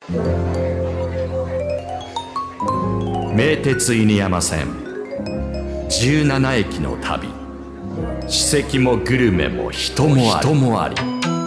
名鉄犬山線17駅の旅、史跡もグルメも人もあり。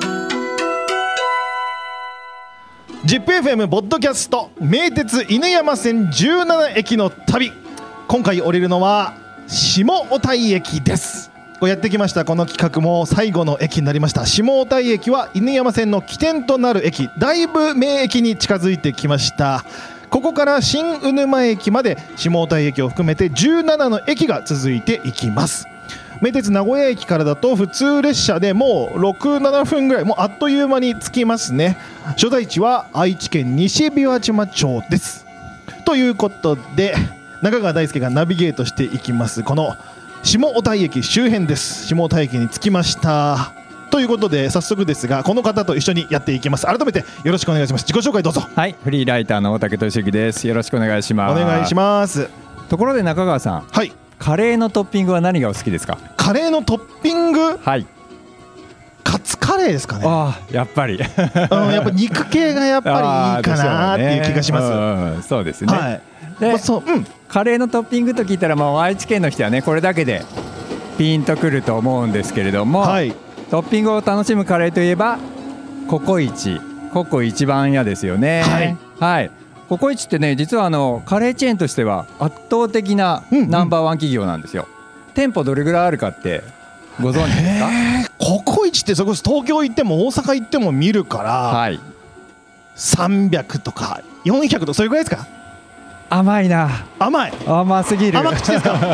ZIPFM ポッドキャスト名鉄犬山線17駅の旅、今回降りるのは下小田駅です。やってきました。この企画も最後の駅になりました。下小田駅は犬山線の起点となる駅、だいぶ名駅に近づいてきました。ここから新鵜沼駅まで下小田駅を含めて17の駅が続いていきます。名鉄名古屋駅からだと普通列車でもう6、7分ぐらい、もうあっという間に着きますね。所在地は愛知県西琵琶島町です。ということで中川大輔がナビゲートしていきます。この下小田駅周辺です。下小田駅に着きましたということで、早速ですがこの方と一緒にやっていきます。改めてよろしくお願いします。自己紹介どうぞ。 はい、フリーライターの大竹俊之です。よろしくお願いします。 お願いします。 ところで中川さん、 はい、 カレーのトッピングは何がお好きですか？ カレーのトッピング、 はい、 カツカレーですかね。 ああ、やっぱりやっぱ肉系がやっぱりいいかなっていう気がします。 そうですね、 はい、 で、カレーのトッピングと聞いたらもう愛知県の人はねこれだけでピンとくると思うんですけれども、はい、トッピングを楽しむカレーといえばココイチ、ココ一番屋ですよね。はい、はい、ココイチってね実はカレーチェーンとしては圧倒的なナンバーワン企業なんですよ。店舗どれぐらいあるかってご存知ですか？ ココイチってそこ東京行っても大阪行っても見るから、はい、300とか400とかそれぐらいですか？ 甘いな。甘すぎる。 甘口ですか？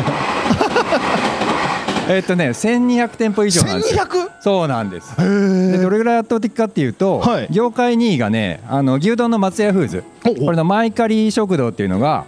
1200店舗以上なんですよ。1200？そうなんです。でどれぐらい圧倒的かっていうと、はい、業界2位がね牛丼の松屋フーズ、これのマイカリー食堂っていうのが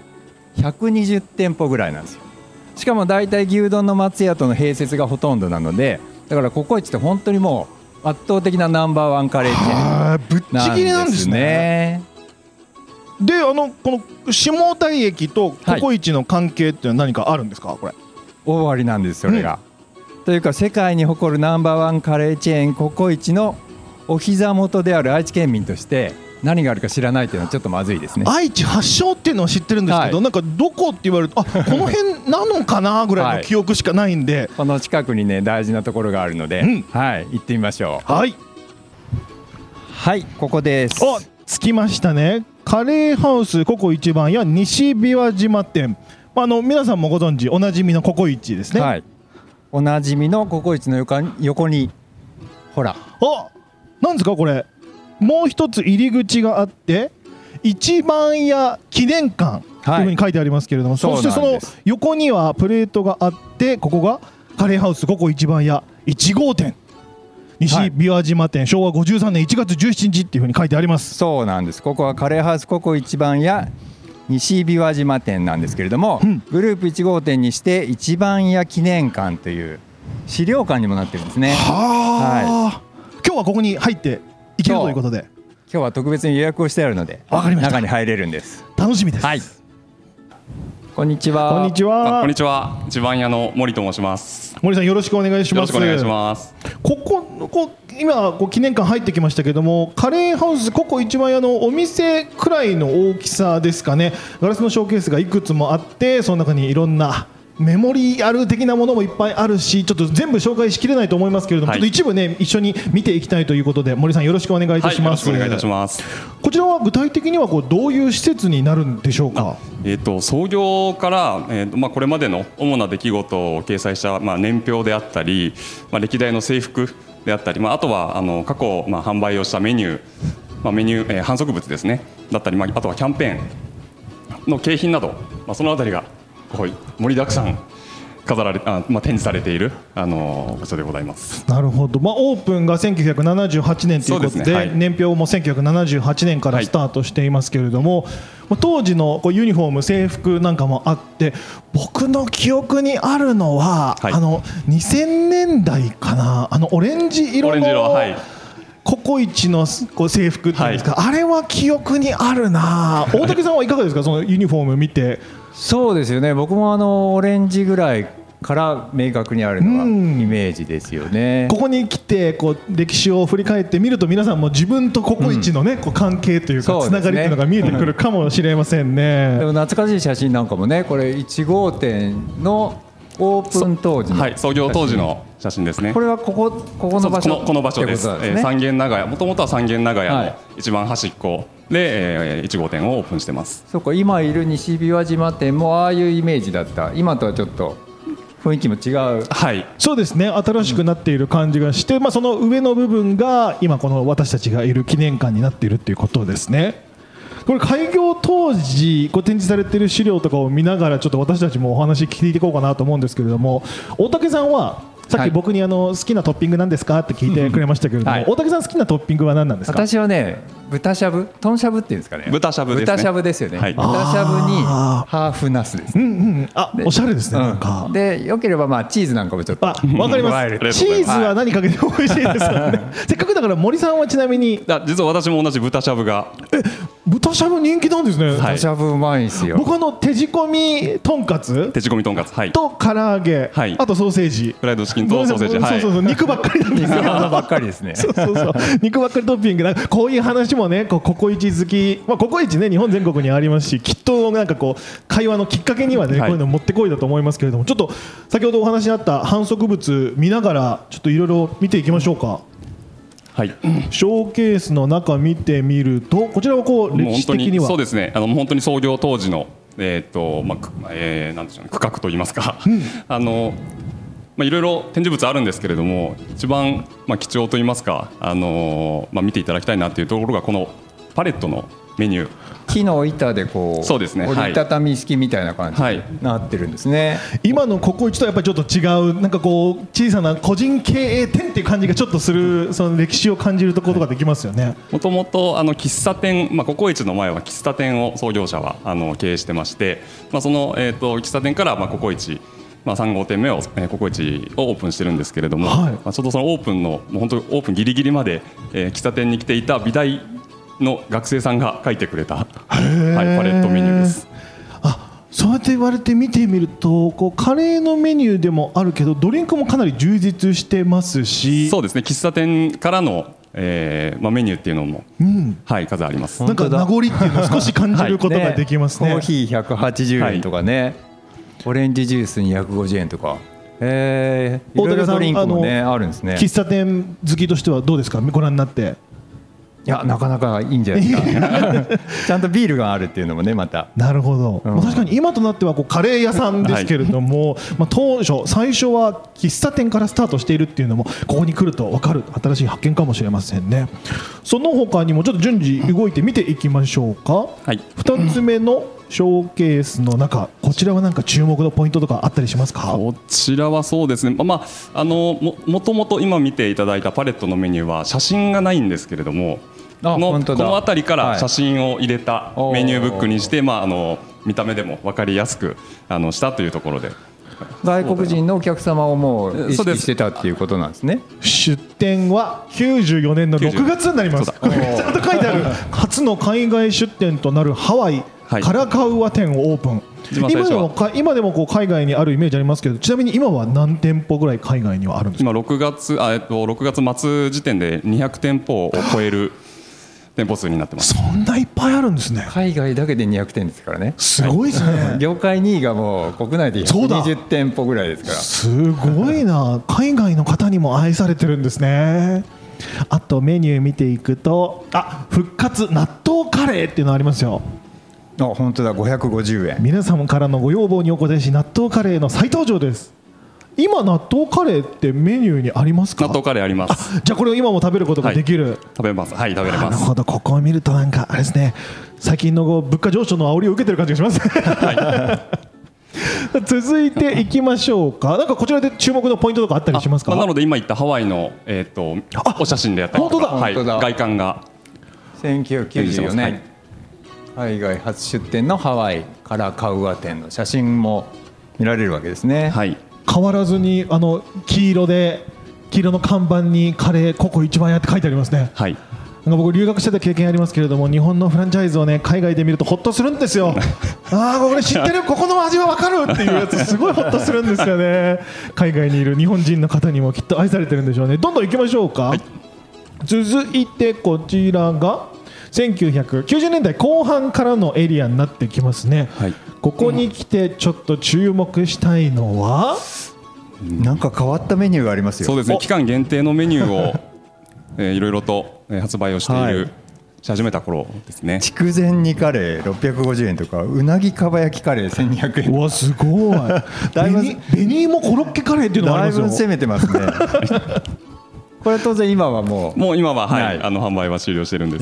120店舗ぐらいなんですよ。しかも大体牛丼の松屋との併設がほとんどなので、だからココイチって本当にもう圧倒的なナンバーワンカレーチェーンぶっちぎりなんですね。でこの下小田駅とココイチの関係って何かあるんですか？これ大ありなんですそれが、というか世界に誇るナンバーワンカレーチェーンココイチのお膝元である愛知県民として何があるか知らないっていうのはちょっとまずいですね。 愛知発祥っていうのは知ってるんですけど、なんかどこって言われるとこの辺なのかなぐらいの記憶しかないんで、 この近くにね大事なところがあるので、はい、行ってみましょう。はい、はい、ここです。 着きましたね。カレーハウスココ一番や西琵琶島店、皆さんもご存知おなじみのココイチですね。はい、 おなじみのココイチの横にほら、 なんですかこれ。もう一つ入り口があって一番屋記念館というふうに書いてありますけれども、そしてその横にはプレートがあって、ここがカレーハウスココ一番屋1号店西琵琶島店、昭和53年1月17日っていうふうに書いてあります。 そうなんです。ここはカレーハウスココ一番屋西琵琶島店なんですけれども、グループ1号店にして一番屋記念館という資料館にもなってるんですね。 今日はここに入っていけるということで、 今日は特別に予約をしてあるので中に入れるんです。 楽しみです。はい、 こんにちは。 こんにちは。 こんにちは。一番屋の森と申します。 森さんよろしくお願いします。 よろしくお願いします。 今記念館入ってきましたけども、カレーハウスココ一番屋のお店くらいの大きさですかね。ガラスのショーケースがいくつもあって、その中にいろんなメモリアル的なものもいっぱいあるし、ちょっと全部紹介しきれないと思いますけれども、ちょっと一部ね一緒に見ていきたいということで、森さんよろしくお願いいたします。 よろしくお願いいたします。 こちらは具体的にはどういう施設になるんでしょうか？ 創業から、これまでの主な出来事を掲載した、年表であったり、歴代の制服であったり、あとは過去、販売をしたメニュー、販促物ですねだったり、あとはキャンペーンの景品など、そのあたりが盛りだくさん飾られ展示されている場所でございます。 なるほど。オープンが1978年ということで、年表も1978年からスタートしていますけれども、当時のユニフォーム制服なんかもあって、僕の記憶にあるのは、2000年代かな、オレンジ色のココイチの制服っていうんですか、あれは記憶にあるな。大竹さんはいかがですか、そのユニフォーム見て。 そうですよね。僕もオレンジぐらいから明確にあるのがイメージですよね。 ここに来てこう歴史を振り返ってみると皆さんも自分とココイチのね、こう関係というかつながりというのが見えてくるかもしれませんね。 でも懐かしい写真なんかもね、これ1号店のオープン当時の、 創業当時の写真ですね。 これはこの場所、 この場所です。三軒長屋、もともとは三軒長屋の一番端っこで、1号店をオープンしてます。 そうか、今いる西琵琶島店もああいうイメージだった。今とはちょっと雰囲気も違う。 はい、 そうですね、新しくなっている感じがして、その上の部分が今この私たちがいる記念館になっているということですね。これ開業当時展示されている資料とかを見ながらちょっと私たちもお話聞いていこうかなと思うんですけれども、大竹さんはさっき僕に好きなトッピングなんですかって聞いてくれましたけれども、大竹さん好きなトッピングは何なんですか？ 私はね、豚しゃぶ、豚しゃぶっていうんですかね。 豚しゃぶですね。 豚しゃぶですよね。豚しゃぶにハーフナスです。 おしゃれですね。なんかでよければチーズなんかもちょっとわかります。チーズは何かけても美味しいですよね。せっかくだから森さんはちなみに実は私も同じ豚しゃぶが。 豚しゃぶ人気なんですね。 豚しゃぶうまいですよ。 僕手仕込みとんかつと唐揚げ、あとソーセージ、 フライドチキンとソーセージ、 そう肉ばっかりなんですよ。 ばっかりですね。 肉ばっかりトッピング。こういう話もね、ココイチ好き、ココイチね、日本全国にありますし、きっとなんかこう会話のきっかけにはね、こういうの持ってこいだと思いますけれども、ちょっと先ほどお話にあった販促物見ながらちょっといろいろ見ていきましょうか。 はい、 ショーケースの中見てみると、こちらは歴史的にはそうですね、本当に創業当時のなんでしょうね、区画といいますか、いろいろ展示物あるんですけれども、一番貴重といいますか、見ていただきたいなというところがこのパレットのメニュー。 木の板でそうですね、 折りたたみ式みたいな感じになってるんですね。 今のココイチとやっぱりちょっと違う、なんかこう小さな個人経営店っていう感じがちょっとする、その歴史を感じるところができますよね。 もともと喫茶店、ココイチの前は喫茶店を創業者は経営してまして、その喫茶店からココイチ、3号店目をココイチをオープンしてるんですけれども、ちょうどそのオープンの本当オープンギリギリまで喫茶店に来ていた美大の学生さんが書いてくれた、パレットメニューです。 そうやって言われて見てみると、カレーのメニューでもあるけどドリンクもかなり充実してますし、 そうですね、喫茶店からの、メニューっていうのも、数あります。 なんか名残っていうのを少し感じることができますね。 コーヒー180円とかね、オレンジジュース250円とか、いろいろドリンクもねあるんですね。 喫茶店好きとしてはどうですか、ご覧になって。 いや、なかなかいいんじゃないですか。ちゃんとビールがあるっていうのもね、また。 なるほど、確かに今となってはカレー屋さんですけれども、当初最初は喫茶店からスタートしているっていうのもここに来ると分かる新しい発見かもしれませんね。その他にもちょっと順次動いて見ていきましょうか。2つ目のショーケースの中、こちらは何か注目のポイントとかあったりしますか？ こちらはそうですね、もともと今見ていただいたパレットのメニューは写真がないんですけれども、この辺りから写真を入れたメニューブックにして、見た目でも分かりやすくしたというところで、 外国人のお客様をもう意識してたっていうことなんですね。 出店は94年の6月になります。これちゃんと書いてある。初の海外出店となるハワイカラカウア店をオープン。今でも海外にあるイメージありますけど、ちなみに今は何店舗ぐらい海外にはあるんですか？ 今6月末時点で200店舗を超える店舗数になってます。 そんないっぱいあるんですね。 海外だけで200店ですからね。 すごいですね。 業界2位がもう国内で120店舗ぐらいですから。 すごいな。海外の方にも愛されてるんですね。あとメニュー見ていくと、復活納豆カレーっていうのありますよ。 本当だ、550円。 皆様からのご要望にお応えし納豆カレーの再登場です。今納豆カレーってメニューにありますか？ 納豆カレーあります。 じゃあこれを今も食べることができる？ 食べます。食べれます。 なるほど。ここを見るとなんかあれですね、最近の物価上昇の煽りを受けてる感じがします。続いていきましょうか。なんかこちらで注目のポイントとかあったりしますか？ なので今言ったハワイのお写真でやったりとか、外観が 1994年海外初出店のハワイカラカウア店の写真も見られるわけですね。 変わらずに黄色の看板にカレーココ一番屋って書いてありますね。なんか僕留学してた経験ありますけれども、日本のフランチャイズをね海外で見るとホッとするんですよ。 俺知ってるここの味は分かるっていうやつすごいホッとするんですよね。海外にいる日本人の方にもきっと愛されてるんでしょうね。どんどん行きましょうか、続いてこちらが1990年代後半からのエリアになってきますね、ここに来てちょっと注目したいのは、 なんか変わったメニューがありますよ。 そうですね、期間限定のメニューをいろいろと発売をしている、し始めた頃ですね。 筑前煮カレー650円とか、うなぎかば焼きカレー1200円。 うわすごい紅芋コロッケカレーっていうのがありますよ。 だいぶ攻めてますねこれ当然今はもう今は販売は終了してるんです。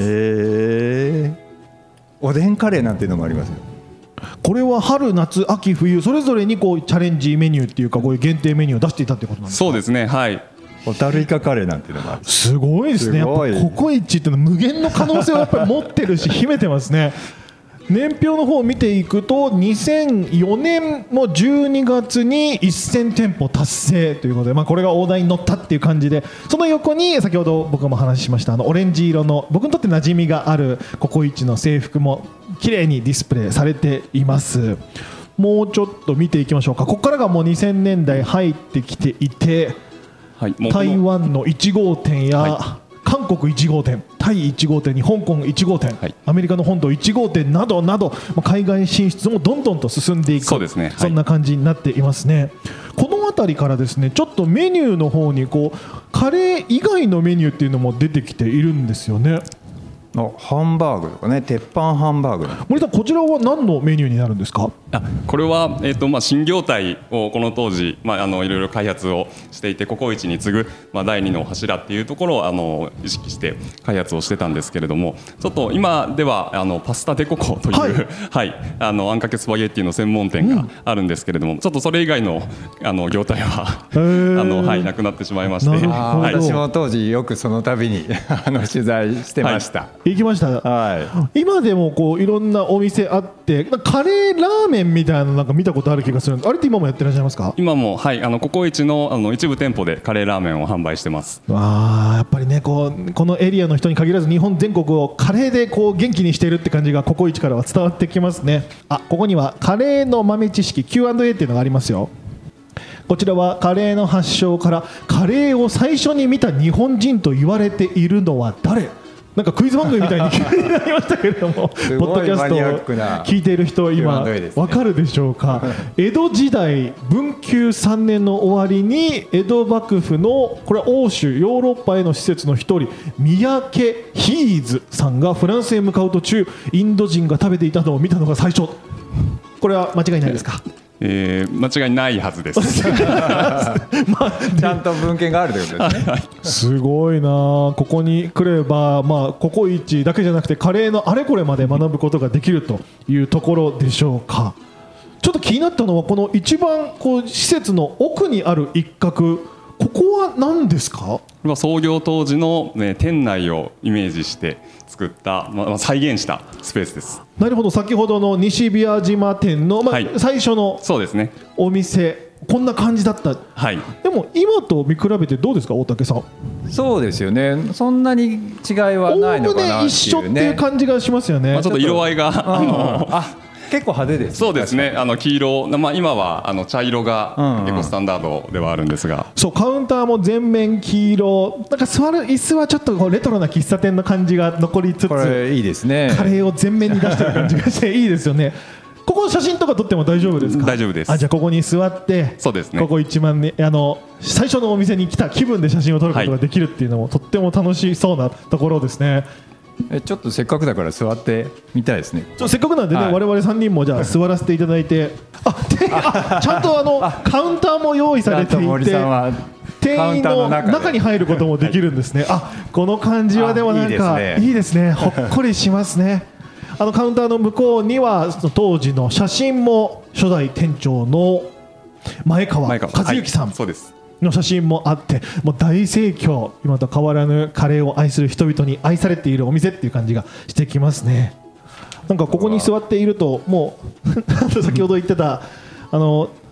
おでんカレーなんていうのもありますよ。 これは春夏秋冬それぞれにこうチャレンジメニューっていうか、こういう限定メニューを出していたってことなんですか。 そうですね、 ホタルイカカレーなんていうのもある。 すごいですね。やっぱココイチっていうのは無限の可能性をやっぱり持ってるし秘めてますね。年表の方を見ていくと2004年の12月に1000店舗達成ということで、これが大台に乗ったっていう感じで、その横に先ほど僕も話しましたオレンジ色の僕にとって馴染みがあるココイチの制服も綺麗にディスプレイされています。もうちょっと見ていきましょうか。ここからがもう2000年代入ってきていて、台湾の1号店や、韓国1号店、タイ1号店に香港1号店、アメリカの本土1号店などなど、海外進出もどんどんと進んでいく、そんな感じになっていますね。この辺りからですね、ちょっとメニューの方にこうカレー以外のメニューっていうのも出てきているんですよね。 ハンバーグとかね、鉄板ハンバーグ。 森さん、こちらは何のメニューになるんですか。 これは、新業態をこの当時、いろいろ開発をしていて、ココイチに次ぐ、第2の柱っていうところを意識して開発をしてたんですけれども、ちょっと今ではパスタデココという、あんかけスパゲッティの専門店があるんですけれども、ちょっとそれ以外の業態はなくなってしまいまして、 私も当時よくその度に取材してました。 行きました、今でもこういろんなお店あって、カレーラーメンみたいなのなんか見たことある気がするんで、あれって今もやってらっしゃいますか。 今もココイチの一部店舗でカレーラーメンを販売してます。 やっぱりね、このエリアの人に限らず日本全国をカレーでこう元気にしているって感じがココイチからは伝わってきますね。ここにはカレーの豆知識 Q&A っていうのがありますよ。こちらはカレーの発祥からカレーを最初に見た日本人と言われているのは誰。なんかクイズ番組みたいになりましたけれどもポッドキャストを聞いている人今分かるでしょうか。江戸時代文久3年の終わりに江戸幕府のこれは欧州ヨーロッパへの施設の一人三宅ヒーズさんがフランスへ向かう途中インド人が食べていたのを見たのが最初。これは間違いないですか。 間違いないはずですちゃんと文献があるということですねすごいな。ここに来れば、ココイチだけじゃなくてカレーのあれこれまで学ぶことができるというところでしょうか。ちょっと気になったのはこの一番施設の奥にある一角、ここは何ですか。 創業当時の、店内をイメージして作った、再現したスペースです。 なるほど。先ほどの西宮島店の、最初のお店、こんな感じだった、でも今と見比べてどうですか大竹さん。 そうですよね、そんなに違いはないのかなっていうね。 一緒っていう感じがしますよね。 ちょっと色合いが結構派手です。 そうですね。黄色、今は茶色が結構スタンダードではあるんですが、 そうカウンターも全面黄色。なんか座る椅子はちょっとレトロな喫茶店の感じが残りつつ、 これいいですね。 カレーを全面に出してる感じがしていいですよね。ここ写真とか撮っても大丈夫ですか。 大丈夫です。 じゃあここに座って、 そうですね。 ここ一番ね最初のお店に来た気分で写真を撮ることができるっていうのも、とっても楽しそうなところですね。 ちょっとせっかくだから座ってみたいですね。 せっかくなんでね、我々3人もじゃあ座らせていただいてちゃんとカウンターも用意されていて、店員の中に入ることもできるんですね。この感じはでもなんかいいですね。ほっこりしますね。カウンターの向こうには当時の写真も初代店長の前川和幸さんの写真もあって、もう大盛況。今と変わらぬカレーを愛する人々に愛されているお店っていう感じがしてきますね。なんかここに座っているともう先ほど言ってたトッ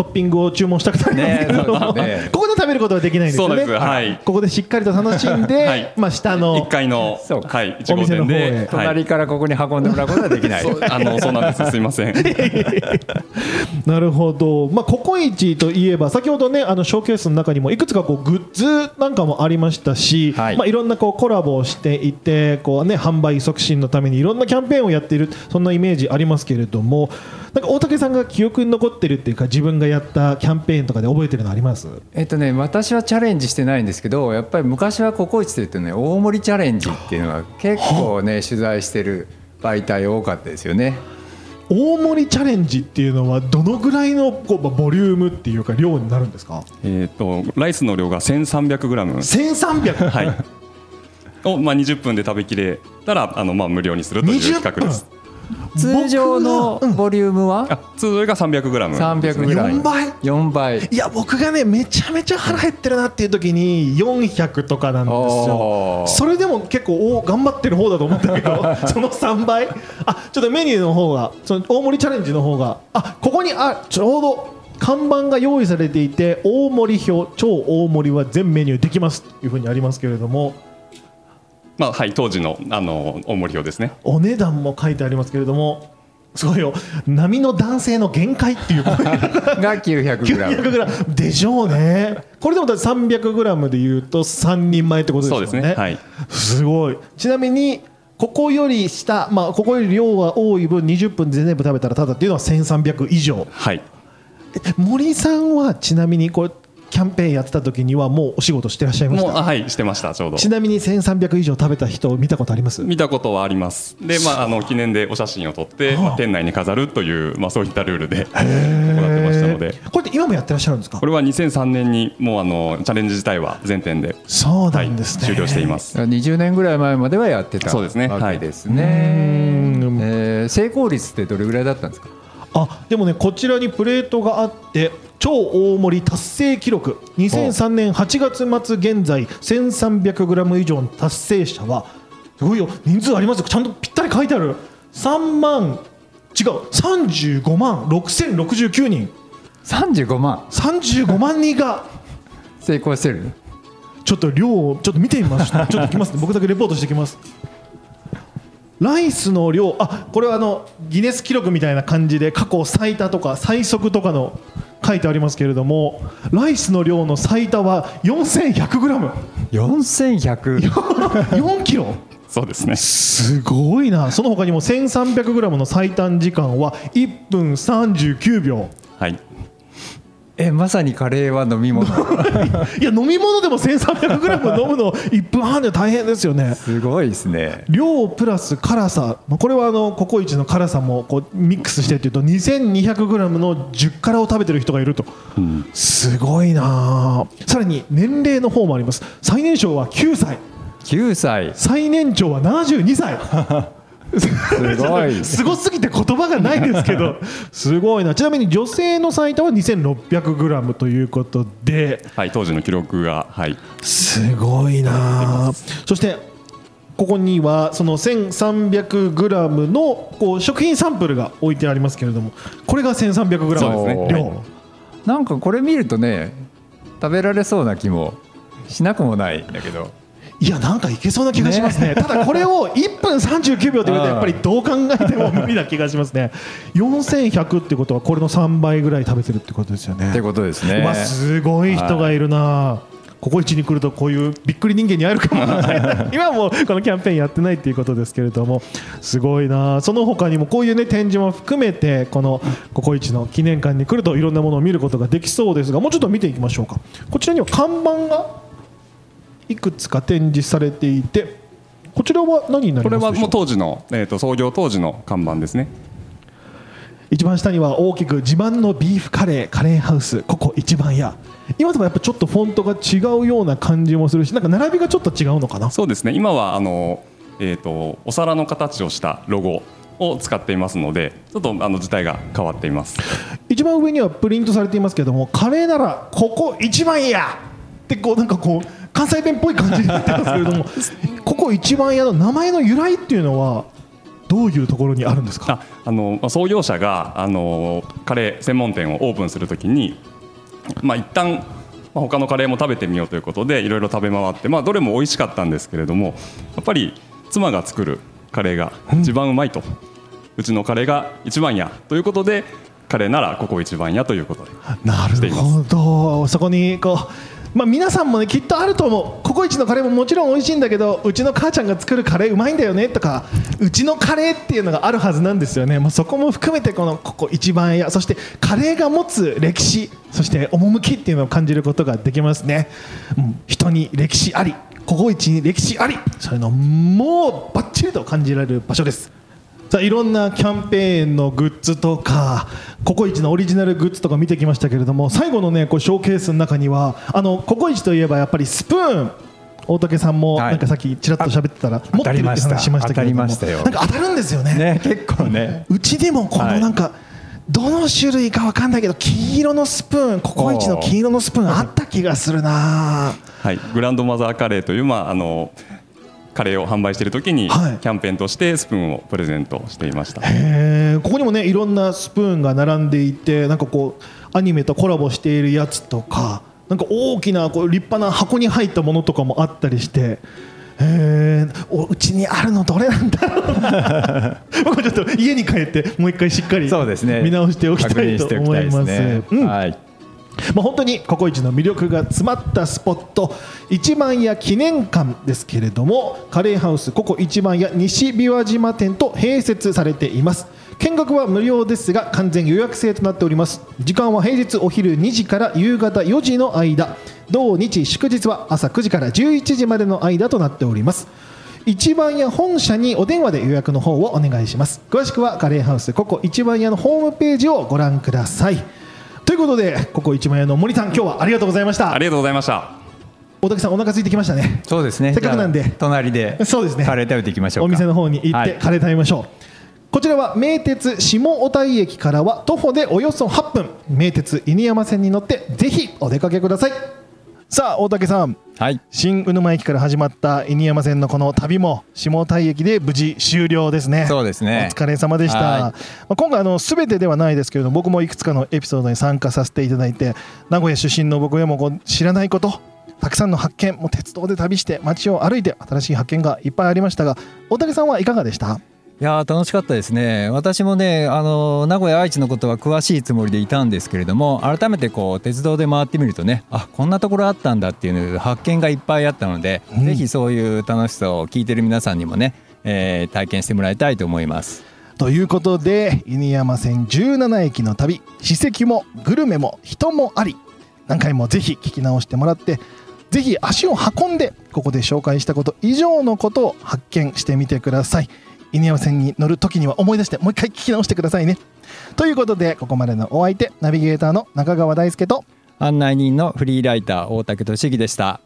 ッピングを注文したくなりますけれども、ね、ここで食べることはできないんですよね。 そうです、はい、 ここでしっかりと楽しんで、はい、まあ、下の 1階の1号店で隣からここに運んでもらうことはできない。 そうなんです、すいません。 なるほど、まあ、ココイチといえば先ほどねショーケースの中にもいくつかこうグッズなんかもありましたし、はい、まあ、いろんなこうコラボをしていてこう、ね、販売促進のためにいろんなキャンペーンをやっている、そんなイメージありますけれども、なんか大竹さんが記憶に残ってるっていうか自分がやったキャンペーンとかで覚えてるのあります？ 私はチャレンジしてないんですけど、やっぱり昔はココイチというとね、大盛りチャレンジっていうのが結構ね取材してる媒体多かったですよね。 大盛りチャレンジっていうのはどのぐらいのこうボリュームっていうか量になるんですか？ ライスの量が 1300g。 1300、 はい、を、まあ、20分で食べきれたらまあ、無料にするという企画です。 通常のボリュームは、 通常が 300g。 4倍。いや僕がねめちゃめちゃ腹減ってるなっていう時に400とかなんですよ。それでも結構頑張ってる方だと思ったけどその3倍。ちょっとメニューの方がその大盛りチャレンジの方がここにちょうど看板が用意されていて、大盛り表、超大盛りは全メニューできますというふうにありますけれども、 まあはい、当時の大盛り表ですね。 お値段も書いてありますけれども、すごいよ、波の男性の限界っていうが 900g でしょうね。これでも 300g でいうと3人前ってことですよね。 そうですね、はい、 すごい。ちなみにここより下、まあ、ここより量が多い分20分で全部食べたらただっていうのは1300以上。 はい。 森さんはちなみにこれキャンペーンやってた時にはもうお仕事してらっしゃいました？ はい、してました。ちょうど。 ちなみに1300以上食べた人を見たことあります？ 見たことはあります。で、まあ、記念でお写真を撮って、まあ、店内に飾るという、まあ、そういったルールで行ってましたので。 これって今もやってらっしゃるんですか？ これは2003年にもうチャレンジ自体は全店で、 そうなんですね、 終了しています。 20年ぐらい前まではやってた。 そうですね、 わけですね。成功率ってどれぐらいだったんですか？ でもね、こちらにプレートがあって超大盛り達成記録、2003年8月末現在 1300g 以上の達成者はすごいよ、人数ありますよ、ちゃんとぴったり書いてある。35万6069人。 35万人が成功してる。 ちょっと量をちょっと見てみます。ちょっと来ますね、僕だけレポートしてきます。ライスの量、これはギネス記録みたいな感じで過去最多とか最速とかの書いてありますけれども、ライスの量の最多は 4100g。 4キロ。 そうですね、 すごいな。その他にも 1300g の最短時間は1分39秒。 はい。 まさにカレーは飲み物。 いや、飲み物でも 1300g 飲むの1分半で大変ですよね。 すごいですね。 量プラス辛さ、これはココイチの辛さもこうミックスしてっていうと 2200g の10辛を食べてる人がいると、すごいな。さらに年齢の方もあります。最年少は9歳、最年長は72歳。すごすぎて言葉がないですけどすごいな。ちなみに女性の最多は 2600g ということで、 はい、当時の記録が、はい、 すごいな。そしてここにはその 1300g のこう食品サンプルが置いてありますけれども、これが 1300g の量、 なんかこれ見るとね食べられそうな気もしなくもないんだけど、 いや、なんかいけそうな気がしますね。ただこれを1分39秒というとやっぱりどう考えても無理な気がしますね。4100ってことはこれの3倍ぐらい食べてるってことですよね。 ってことですね。 すごい人がいるな。ココイチに来るとこういうびっくり人間に会えるかもしれない。今はもうこのキャンペーンやってないっていうことですけれども、すごいな。その他にもこういうね展示も含めてこのココイチの記念館に来るといろんなものを見ることができそうですが、もうちょっと見ていきましょうか。こちらには看板がいくつか展示されていて、こちらは何になりますでしょうか？これはもう当時の、創業当時の看板ですね。 一番下には大きく自慢のビーフカレーハウスココ一番屋。今でもやっぱちょっとフォントが違うような感じもするし、なんか並びがちょっと違うのかな。 そうですね、今はお皿の形をしたロゴを使っていますので、ちょっと字体が変わっています。 一番上にはプリントされていますけれども、カレーならここ一番屋ってこうなんかこう関西弁っぽい感じになってますけれどもここ一番屋の名前の由来っていうのはどういうところにあるんですか？ 創業者がカレー専門店をオープンするときに、一旦他のカレーも食べてみようということでいろいろ食べ回って、どれも美味しかったんですけれども、やっぱり妻が作るカレーが一番うまいと、うちのカレーが一番やということで、カレーならここ一番やということでしています。 なるほど。そこに皆さんもねきっとあると思う。ココイチのカレーももちろん美味しいんだけど、うちの母ちゃんが作るカレーうまいんだよねとか、うちのカレーっていうのがあるはずなんですよね。そこも含めてここ一番屋、そしてカレーが持つ歴史、そして趣っていうのを感じることができますね。人に歴史あり、ココイチに歴史あり、そういうのもうバッチリと感じられる場所です。さあ、いろんなキャンペーンのグッズとかココイチのオリジナルグッズとか見てきましたけれども、最後のねショーケースの中にはココイチといえばやっぱりスプーン、大竹さんもなんかさっきちらっと喋ってたら持ってるって話しましたけれども、なんか当たるんですよね。 結構ね、 うちでもこのなんか、どの種類か分かんないけど黄色のスプーン、ココイチの黄色のスプーンあった気がするな。 グランドマザーカレーというカレーを販売しているときにキャンペーンとしてスプーンをプレゼントしていました。 ここにもねいろんなスプーンが並んでいて、なんかアニメとコラボしているやつとか、なんか大きな立派な箱に入ったものとかもあったりして、うちにあるのどれなんだろうな僕ちょっと家に帰ってもう一回しっかり見直しておきたいと思います。本当にココイチの魅力が詰まったスポット、一番屋記念館ですけれども、カレーハウスココ一番屋西琵琶島店と併設されています。見学は無料ですが完全予約制となっております。時間は平日お昼2時から夕方4時の間、土日祝日は朝9時から11時までの間となっております。一番屋本社にお電話で予約の方をお願いします。詳しくはカレーハウスココ一番屋のホームページをご覧ください。ということで、ココ一番屋の森さん、今日はありがとうございました。 ありがとうございました。 大竹さん、お腹空いてきましたね。 そうですね。 せっかくなんで隣でカレー食べていきましょうか。 お店の方に行ってカレー食べましょう。こちらは名鉄下小田井駅からは徒歩でおよそ8分、名鉄犬山線に乗ってぜひお出かけください。さあ、大竹さん、新鵜沼駅から始まった犬山線のこの旅も下小田井駅で無事終了ですね。 そうですね。 お疲れ様でした。今回全てではないですけれども、僕もいくつかのエピソードに参加させていただいて、名古屋出身の僕でも知らないこと、たくさんの発見、もう鉄道で旅して街を歩いて新しい発見がいっぱいありましたが、大竹さんはいかがでした？ いや楽しかったですね。私もね名古屋愛知のことは詳しいつもりでいたんですけれども、改めて鉄道で回ってみるとね、こんなところあったんだっていう発見がいっぱいあったので、ぜひそういう楽しさを聞いてる皆さんにもね、体験してもらいたいと思います。 ということで、犬山線17駅の旅、史跡もグルメも人もあり、何回もぜひ聞き直してもらって、ぜひ足を運んでここで紹介したこと以上のことを発見してみてください。犬山線に乗るときには思い出してもう一回聞き直してくださいね。ということで、ここまでのお相手、ナビゲーターの中川大輔と案内人のフリーライター大竹俊樹でした。